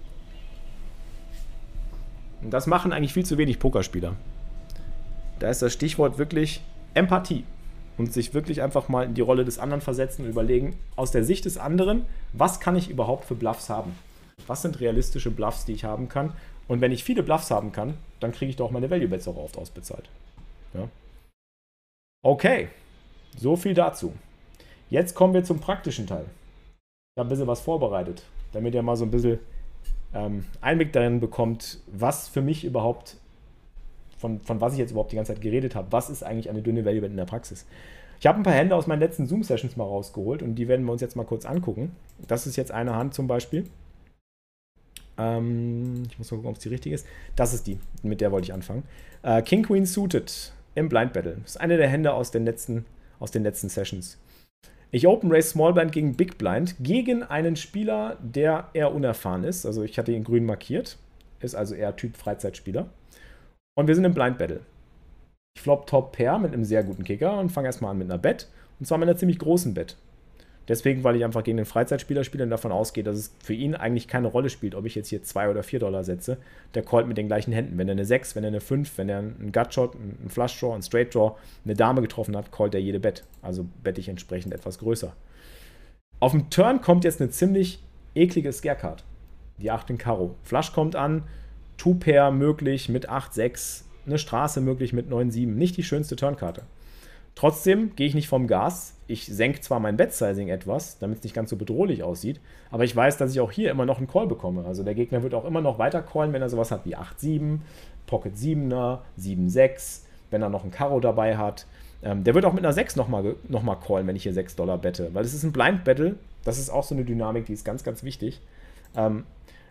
Und das machen eigentlich viel zu wenig Pokerspieler. Da ist das Stichwort wirklich Empathie. Und sich wirklich einfach mal in die Rolle des anderen versetzen und überlegen, aus der Sicht des anderen, was kann ich überhaupt für Bluffs haben? Was sind realistische Bluffs, die ich haben kann? Und wenn ich viele Bluffs haben kann, dann kriege ich doch meine Value-Bets auch oft ausbezahlt. Ja. Okay, so viel dazu. Jetzt kommen wir zum praktischen Teil. Ich habe ein bisschen was vorbereitet, damit ihr mal so ein bisschen ähm, Einblick darin bekommt, was für mich überhaupt, von, von was ich jetzt überhaupt die ganze Zeit geredet habe. Was ist eigentlich eine dünne Value-Bet in der Praxis? Ich habe ein paar Hände aus meinen letzten Zoom-Sessions mal rausgeholt und die werden wir uns jetzt mal kurz angucken. Das ist jetzt eine Hand zum Beispiel. Ähm, ich muss mal gucken, ob es die richtige ist. Das ist die, mit der wollte ich anfangen. Äh, King Queen Suited im Blind Battle. Das ist eine der Hände aus den letzten, aus den letzten Sessions. Ich Open Race Small Blind gegen Big Blind, gegen einen Spieler, der eher unerfahren ist. Also ich hatte ihn grün markiert. Ist also eher Typ Freizeitspieler. Und wir sind im Blind Battle. Ich flop Top Pair mit einem sehr guten Kicker und fange erstmal an mit einer Bet. Und zwar mit einer ziemlich großen Bet. Deswegen, weil ich einfach gegen den Freizeitspieler spiele und davon ausgehe, dass es für ihn eigentlich keine Rolle spielt, ob ich jetzt hier zwei oder vier Dollar setze. Der callt mit den gleichen Händen. Wenn er eine sechs, wenn er eine fünf, wenn er einen Gutshot, einen Flush Draw, einen Straight Draw, eine Dame getroffen hat, callt er jede Bet. Also bette ich entsprechend etwas größer. Auf dem Turn kommt jetzt eine ziemlich eklige Scare-Card. Die acht in Karo. Flush kommt an, Two-Pair möglich mit acht sechs, eine Straße möglich mit neun sieben. Nicht die schönste Turnkarte. Trotzdem gehe ich nicht vom Gas. Ich senke zwar mein Bet-Sizing etwas, damit es nicht ganz so bedrohlich aussieht, aber ich weiß, dass ich auch hier immer noch einen Call bekomme. Also der Gegner wird auch immer noch weiter callen, wenn er sowas hat wie acht sieben, Pocket siebener, sieben sechs, wenn er noch einen Karo dabei hat. Ähm, der wird auch mit einer sechs nochmal noch mal callen, wenn ich hier sechs Dollar bette, weil es ist ein Blind Battle. Das ist auch so eine Dynamik, die ist ganz, ganz wichtig. Ähm,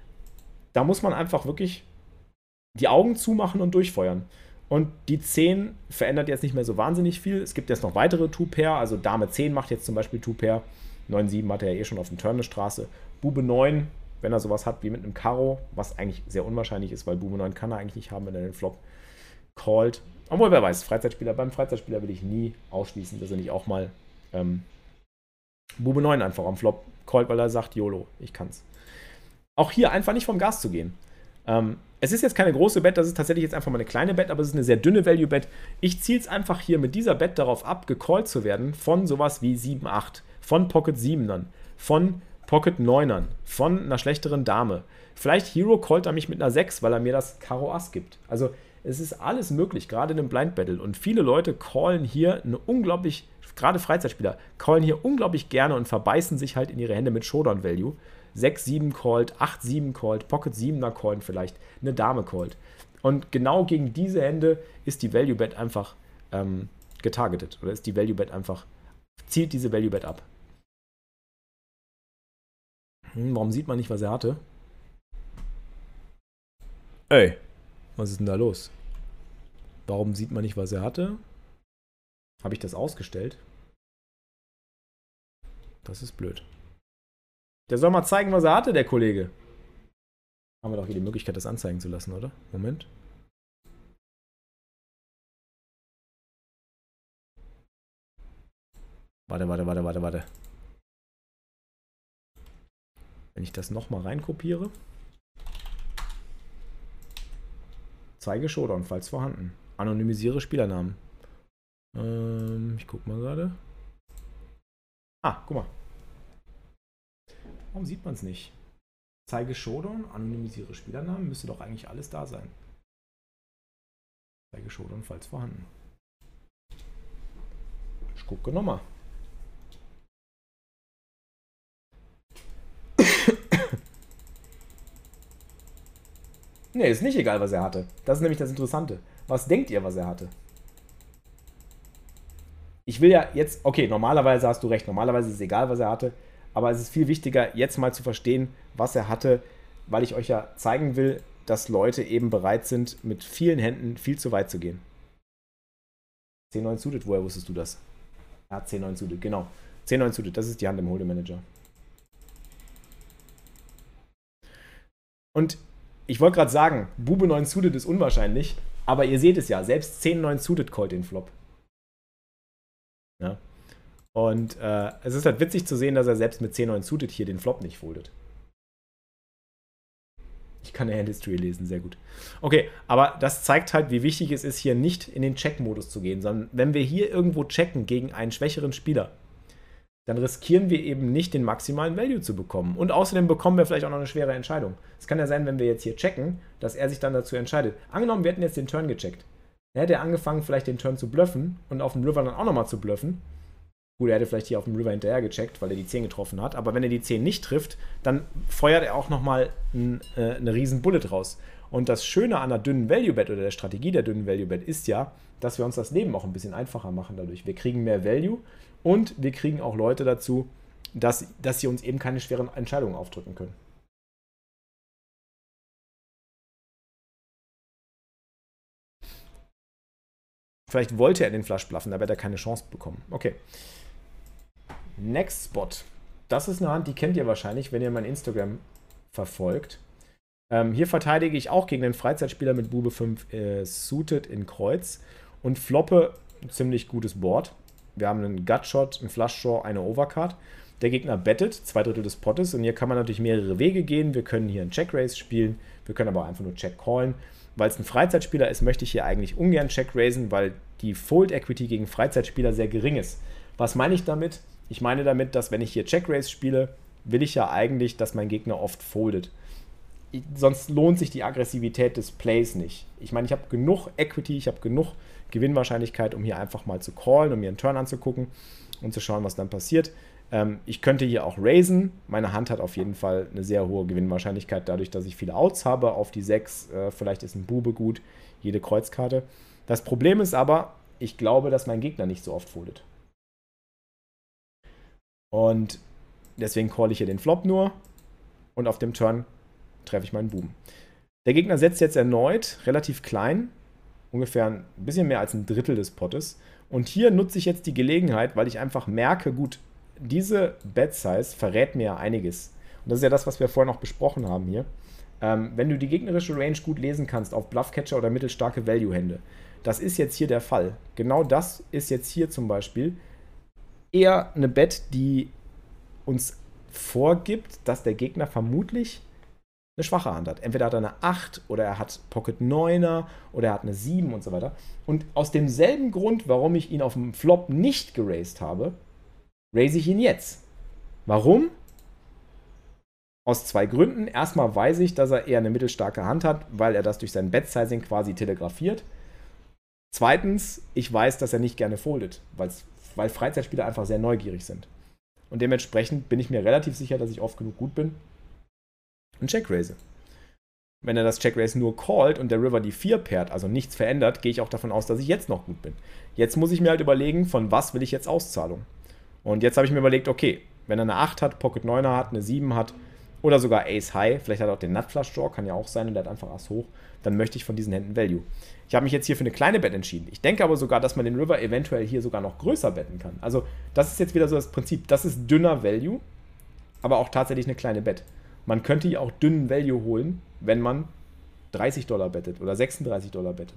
da muss man einfach wirklich die Augen zumachen und durchfeuern. Und die zehn verändert jetzt nicht mehr so wahnsinnig viel. Es gibt jetzt noch weitere Two-Pair. Also Dame zehn macht jetzt zum Beispiel Two-Pair. neun sieben hat er ja eh schon auf dem Turn eine Straße. Bube neun, wenn er sowas hat wie mit einem Karo, was eigentlich sehr unwahrscheinlich ist, weil Bube neun kann er eigentlich nicht haben, wenn er den Flop callt. Obwohl, wer weiß, Freizeitspieler, beim Freizeitspieler will ich nie ausschließen, dass er nicht auch mal ähm, Bube neun einfach am Flop callt, weil er sagt, YOLO, ich kann's. Auch hier einfach nicht vom Gas zu gehen. Ähm, es ist jetzt keine große Bet, das ist tatsächlich jetzt einfach mal eine kleine Bet, aber es ist eine sehr dünne Value-Bet. Ich ziehe es einfach hier mit dieser Bet darauf ab, gecallt zu werden von sowas wie sieben acht, von Pocket siebenern, von Pocket neunern, von einer schlechteren Dame. Vielleicht Hero callt er mich mit einer sechs, weil er mir das Karo Ass gibt. Also es ist alles möglich, gerade in einem Blind Battle. Und viele Leute callen hier eine unglaublich, gerade Freizeitspieler, callen hier unglaublich gerne und verbeißen sich halt in ihre Hände mit Showdown Value. sechs sieben callt, acht sieben callt, Pocket siebener callen vielleicht, eine Dame callt. Und genau gegen diese Hände ist die Value Bet einfach ähm, getargetet. Oder ist die Value Bet einfach, zielt diese Value Bet ab. Hm, warum sieht man nicht, was er hatte? Ey, was ist denn da los? Warum sieht man nicht, was er hatte? Habe ich das ausgestellt? Das ist blöd. Der soll mal zeigen, was er hatte, der Kollege. Haben wir doch hier die Möglichkeit, das anzeigen zu lassen, oder? Moment. Warte, warte, warte, warte, warte. Wenn ich das nochmal reinkopiere. Zeige Showdown, falls vorhanden. Anonymisiere Spielernamen. Ähm, ich guck mal gerade. Ah, guck mal. Warum sieht man es nicht? Zeige Showdown, anonymisiere Spielernamen, müsste doch eigentlich alles da sein. Zeige Showdown, falls vorhanden. Ich gucke nochmal. Ne, ist nicht egal, was er hatte. Das ist nämlich das Interessante. Was denkt ihr, was er hatte? Ich will ja jetzt, okay, normalerweise hast du recht, normalerweise ist es egal, was er hatte, aber es ist viel wichtiger, jetzt mal zu verstehen, was er hatte, weil ich euch ja zeigen will, dass Leute eben bereit sind, mit vielen Händen viel zu weit zu gehen. zehn neun suited, woher wusstest du das? Er hat zehn neun suited, genau. zehn neun suited, das ist die Hand im Hold'em Manager. Und ich wollte gerade sagen, Bube neun suited ist unwahrscheinlich, aber ihr seht es ja, selbst zehn neun suited callt den Flop. Ja. Und äh, es ist halt witzig zu sehen, dass er selbst mit zehn neun suited hier den Flop nicht foldet. Ich kann ja Hand History lesen, sehr gut. Okay, aber das zeigt halt, wie wichtig es ist, hier nicht in den Check-Modus zu gehen, sondern wenn wir hier irgendwo checken gegen einen schwächeren Spieler, dann riskieren wir eben nicht, den maximalen Value zu bekommen. Und außerdem bekommen wir vielleicht auch noch eine schwere Entscheidung. Es kann ja sein, wenn wir jetzt hier checken, dass er sich dann dazu entscheidet. Angenommen, wir hätten jetzt den Turn gecheckt. Dann hätte er angefangen, vielleicht den Turn zu bluffen und auf dem River dann auch nochmal zu bluffen. Gut, er hätte vielleicht hier auf dem River hinterher gecheckt, weil er die zehn getroffen hat. Aber wenn er die zehn nicht trifft, dann feuert er auch nochmal ein, äh, eine riesen Bullet raus. Und das Schöne an der dünnen Value-Bet oder der Strategie der dünnen Value-Bet ist ja, dass wir uns das Leben auch ein bisschen einfacher machen dadurch. Wir kriegen mehr Value und wir kriegen auch Leute dazu, dass, dass sie uns eben keine schweren Entscheidungen aufdrücken können. Vielleicht wollte er den Flush bluffen, da wird er keine Chance bekommen. Okay. Next Spot. Das ist eine Hand, die kennt ihr wahrscheinlich, wenn ihr mein Instagram verfolgt. Ähm, hier verteidige ich auch gegen den Freizeitspieler mit Bube fünf äh, Suited in Kreuz und floppe ein ziemlich gutes Board. Wir haben einen Gutshot, einen Flush Draw, eine Overcard. Der Gegner bettet, zwei Drittel des Pottes, und hier kann man natürlich mehrere Wege gehen. Wir können hier einen Check-Raise spielen, wir können aber einfach nur Check-Callen. Weil es ein Freizeitspieler ist, möchte ich hier eigentlich ungern Check-Raisen, weil die Fold-Equity gegen Freizeitspieler sehr gering ist. Was meine ich damit? Ich meine damit, dass wenn ich hier Check-Raise spiele, will ich ja eigentlich, dass mein Gegner oft foldet. Ich, sonst lohnt sich die Aggressivität des Plays nicht. Ich meine, ich habe genug Equity, ich habe genug Gewinnwahrscheinlichkeit, um hier einfach mal zu callen, um mir einen Turn anzugucken und zu schauen, was dann passiert. Ähm, ich könnte hier auch raisen. Meine Hand hat auf jeden Fall eine sehr hohe Gewinnwahrscheinlichkeit, dadurch, dass ich viele Outs habe auf die sechs. Äh, vielleicht ist ein Bube gut, jede Kreuzkarte. Das Problem ist aber, ich glaube, dass mein Gegner nicht so oft foldet. Und deswegen call ich hier den Flop nur und auf dem Turn treffe ich meinen Buben. Der Gegner setzt jetzt erneut relativ klein, ungefähr ein bisschen mehr als ein Drittel des Pottes. Und hier nutze ich jetzt die Gelegenheit, weil ich einfach merke, gut, diese Bet-Size verrät mir ja einiges. Und das ist ja das, was wir vorher noch besprochen haben hier. Ähm, wenn du die gegnerische Range gut lesen kannst auf Bluffcatcher oder mittelstarke Value-Hände, das ist jetzt hier der Fall. Genau das ist jetzt hier zum Beispiel eher eine Bet, die uns vorgibt, dass der Gegner vermutlich eine schwache Hand hat. Entweder hat er eine acht oder er hat Pocket neuner oder er hat eine sieben und so weiter. Und aus demselben Grund, warum ich ihn auf dem Flop nicht geraced habe, raise ich ihn jetzt. Warum? Aus zwei Gründen. Erstmal weiß ich, dass er eher eine mittelstarke Hand hat, weil er das durch sein Bet-Sizing quasi telegrafiert. Zweitens, ich weiß, dass er nicht gerne foldet, weil Freizeitspieler einfach sehr neugierig sind. Und dementsprechend bin ich mir relativ sicher, dass ich oft genug gut bin und Check-raise. Wenn er das Check-raise nur callt und der River die vier pairt, also nichts verändert, gehe ich auch davon aus, dass ich jetzt noch gut bin. Jetzt muss ich mir halt überlegen, von was will ich jetzt Auszahlung. Und jetzt habe ich mir überlegt, okay, wenn er eine acht hat, Pocket neuner hat, eine sieben hat oder sogar Ace High, vielleicht hat er auch den Nut Flush Draw, kann ja auch sein, und er hat einfach Ass hoch, dann möchte ich von diesen Händen Value. Ich habe mich jetzt hier für eine kleine Bet entschieden. Ich denke aber sogar, dass man den River eventuell hier sogar noch größer betten kann. Also das ist jetzt wieder so das Prinzip. Das ist dünner Value, aber auch tatsächlich eine kleine Bet. Man könnte hier auch dünnen Value holen, wenn man dreißig Dollar bettet oder sechsunddreißig Dollar bettet.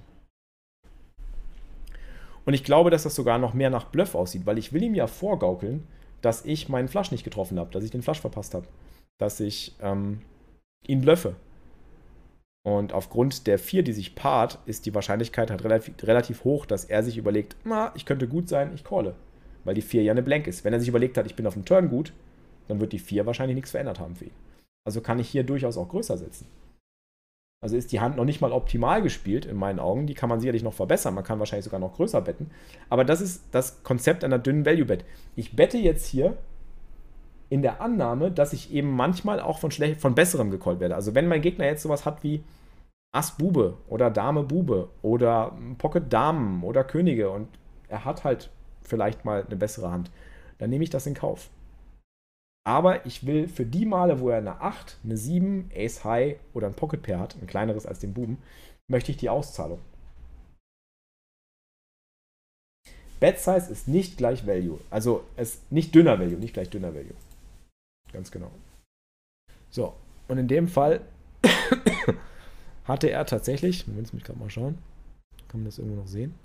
Und ich glaube, dass das sogar noch mehr nach Bluff aussieht, weil ich will ihm ja vorgaukeln, dass ich meinen Flush nicht getroffen habe, dass ich den Flush verpasst habe, dass ich ähm, ihn bluffe. Und aufgrund der vier, die sich paart, ist die Wahrscheinlichkeit halt relativ, relativ hoch, dass er sich überlegt, na, ich könnte gut sein, ich calle. Weil die vier ja eine Blank ist. Wenn er sich überlegt hat, ich bin auf dem Turn gut, dann wird die vier wahrscheinlich nichts verändert haben für ihn. Also kann ich hier durchaus auch größer setzen. Also ist die Hand noch nicht mal optimal gespielt, in meinen Augen. Die kann man sicherlich noch verbessern. Man kann wahrscheinlich sogar noch größer betten. Aber das ist das Konzept einer dünnen Value-Bet. Ich bette jetzt hier in der Annahme, dass ich eben manchmal auch von, schlecht, von besserem gecallt werde. Also wenn mein Gegner jetzt sowas hat wie Ass Bube oder Dame Bube oder Pocket Damen oder Könige und er hat halt vielleicht mal eine bessere Hand, dann nehme ich das in Kauf. Aber ich will für die Male, wo er eine acht, eine sieben, Ace High oder ein Pocket Pair hat, ein kleineres als den Buben, möchte ich die Auszahlung. Bet Size ist nicht gleich Value. Also es ist nicht dünner Value, nicht gleich dünner Value. Ganz genau. So, und in dem Fall hatte er tatsächlich, Moment, muss ich gerade mal schauen, kann man das irgendwo noch sehen?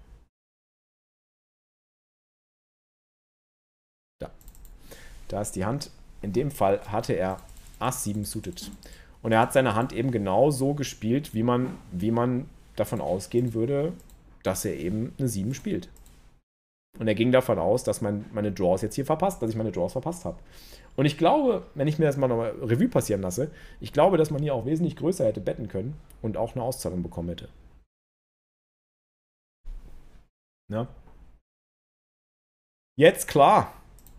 Da. Da ist die Hand. In dem Fall hatte er Ass sieben suited. Und er hat seine Hand eben genau so gespielt, wie man, wie man davon ausgehen würde, dass er eben eine sieben spielt. Und er ging davon aus, dass man meine Draws jetzt hier verpasst, dass ich meine Draws verpasst habe. Und ich glaube, wenn ich mir das mal nochmal Revue passieren lasse, ich glaube, dass man hier auch wesentlich größer hätte betten können und auch eine Auszahlung bekommen hätte. Ja. Jetzt klar.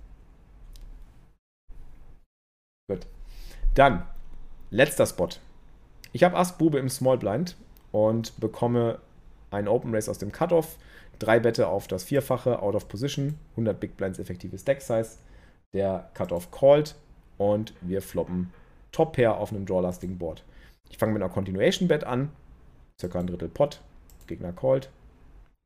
Gut. Dann, letzter Spot. Ich habe Ass Bube im Small Blind und bekomme einen Open Race aus dem Cutoff. Drei Bette auf das Vierfache, out of position, hundert Big Blinds effektives Deck Size. Der Cutoff called und wir floppen Top Pair auf einem drawlastigen Board. Ich fange mit einer Continuation Bet an, circa ein Drittel Pot, Gegner called.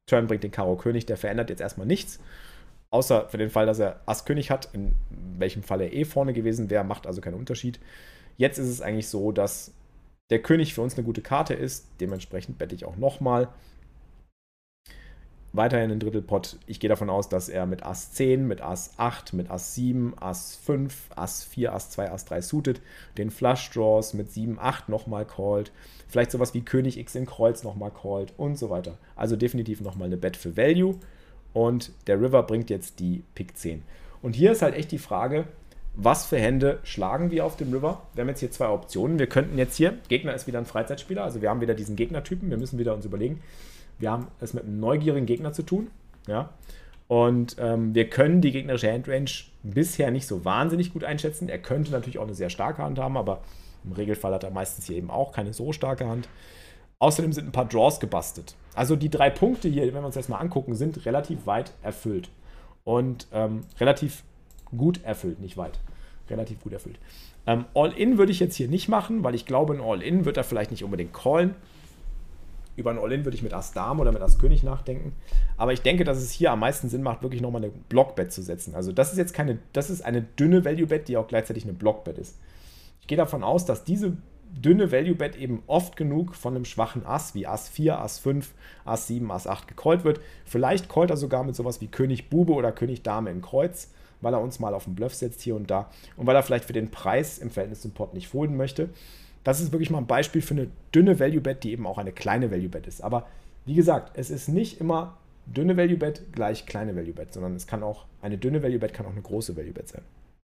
Turn bringt den Karo König, der verändert jetzt erstmal nichts. Außer für den Fall, dass er Ass König hat, in welchem Fall er eh vorne gewesen wäre, macht also keinen Unterschied. Jetzt ist es eigentlich so, dass der König für uns eine gute Karte ist. Dementsprechend bette ich auch nochmal. Weiterhin in Drittelpott. Ich gehe davon aus, dass er mit Ass zehn, mit Ass acht, mit Ass sieben, Ass fünf, Ass vier, Ass zwei, Ass drei suited, den Flush Draws mit sieben, acht nochmal callt. Vielleicht sowas wie König X in Kreuz nochmal callt und so weiter. Also definitiv nochmal eine Bet für Value. Und der River bringt jetzt die Pik zehn. Und hier ist halt echt die Frage, was für Hände schlagen wir auf dem River? Wir haben jetzt hier zwei Optionen. Wir könnten jetzt hier, Gegner ist wieder ein Freizeitspieler, also wir haben wieder diesen Gegnertypen, wir müssen wieder uns überlegen, wir haben es mit einem neugierigen Gegner zu tun, ja, und ähm, wir können die gegnerische Handrange bisher nicht so wahnsinnig gut einschätzen. Er könnte natürlich auch eine sehr starke Hand haben, aber im Regelfall hat er meistens hier eben auch keine so starke Hand. Außerdem sind ein paar Draws gebastelt. Also die drei Punkte hier, wenn wir uns das mal angucken, sind relativ weit erfüllt. Und ähm, relativ gut erfüllt, nicht weit. Relativ gut erfüllt. Ähm, All-In würde ich jetzt hier nicht machen, weil ich glaube, ein All-In wird er vielleicht nicht unbedingt callen. Über ein All-In würde ich mit Ass Dame oder mit Ass König nachdenken. Aber ich denke, dass es hier am meisten Sinn macht, wirklich nochmal eine Block-Bet zu setzen. Also das ist jetzt keine, das ist eine dünne Value-Bet, die auch gleichzeitig eine Block-Bet ist. Ich gehe davon aus, dass diese dünne Value-Bet eben oft genug von einem schwachen Ass wie Ass vier, Ass fünf, Ass sieben, Ass acht gecallt wird. Vielleicht callt er sogar mit sowas wie König Bube oder König Dame in Kreuz, weil er uns mal auf den Bluff setzt hier und da und weil er vielleicht für den Preis im Verhältnis zum Pot nicht folden möchte. Das ist wirklich mal ein Beispiel für eine dünne Value-Bet, die eben auch eine kleine Value-Bet ist. Aber wie gesagt, es ist nicht immer dünne Value-Bet gleich kleine Value-Bet, sondern es kann auch, eine dünne Value-Bet kann auch eine große Value-Bet sein.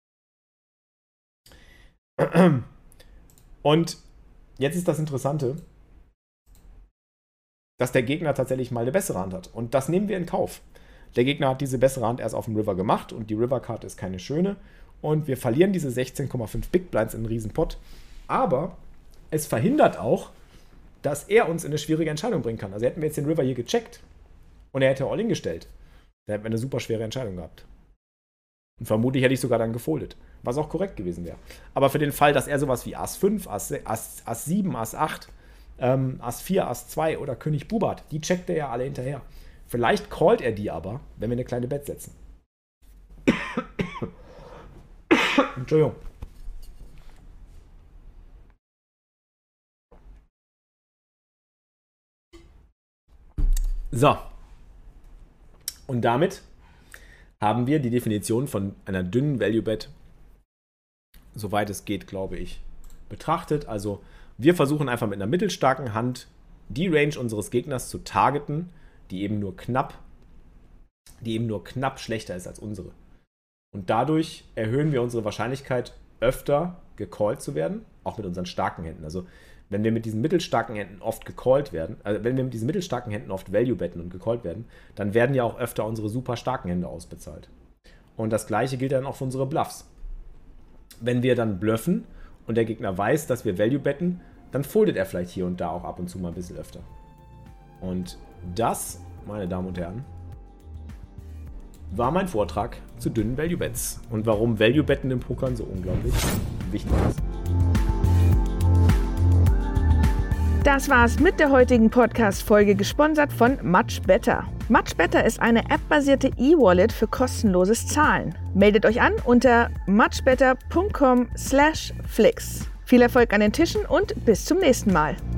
Und jetzt ist das Interessante, dass der Gegner tatsächlich mal eine bessere Hand hat. Und das nehmen wir in Kauf. Der Gegner hat diese bessere Hand erst auf dem River gemacht und die River-Karte ist keine schöne. Und wir verlieren diese sechzehn Komma fünf Big Blinds in einen riesen Pot. Aber es verhindert auch, dass er uns in eine schwierige Entscheidung bringen kann. Also hätten wir jetzt den River hier gecheckt und er hätte All-In gestellt, dann hätten wir eine super schwere Entscheidung gehabt. Und vermutlich hätte ich sogar dann gefoldet, was auch korrekt gewesen wäre. Aber für den Fall, dass er sowas wie Ass fünf, Ass, Ass, Ass sieben, Ass acht, ähm, Ass vier, Ass zwei oder König Bube hat, die checkt er ja alle hinterher. Vielleicht callt er die aber, wenn wir eine kleine Bet setzen. Entschuldigung. So. Und damit haben wir die Definition von einer dünnen Value-Bet, soweit es geht, glaube ich, betrachtet. Also wir versuchen einfach mit einer mittelstarken Hand die Range unseres Gegners zu targeten, die eben nur knapp, die eben nur knapp schlechter ist als unsere. Und dadurch erhöhen wir unsere Wahrscheinlichkeit, öfter gecallt zu werden, auch mit unseren starken Händen. Also wenn wir mit diesen mittelstarken Händen oft gecallt werden, also wenn wir mit diesen mittelstarken Händen oft Value betten und gecallt werden, dann werden ja auch öfter unsere super starken Hände ausbezahlt. Und das gleiche gilt dann auch für unsere Bluffs. Wenn wir dann bluffen und der Gegner weiß, dass wir Value betten, dann foldet er vielleicht hier und da auch ab und zu mal ein bisschen öfter. Und das, meine Damen und Herren, war mein Vortrag zu dünnen Value Bets und warum Value Betten im Pokern so unglaublich wichtig ist. Das war's mit der heutigen Podcast-Folge, gesponsert von Much Better. Much Better ist eine App-basierte E-Wallet für kostenloses Zahlen. Meldet euch an unter muchbetter punkt com slash flix. Viel Erfolg an den Tischen und bis zum nächsten Mal.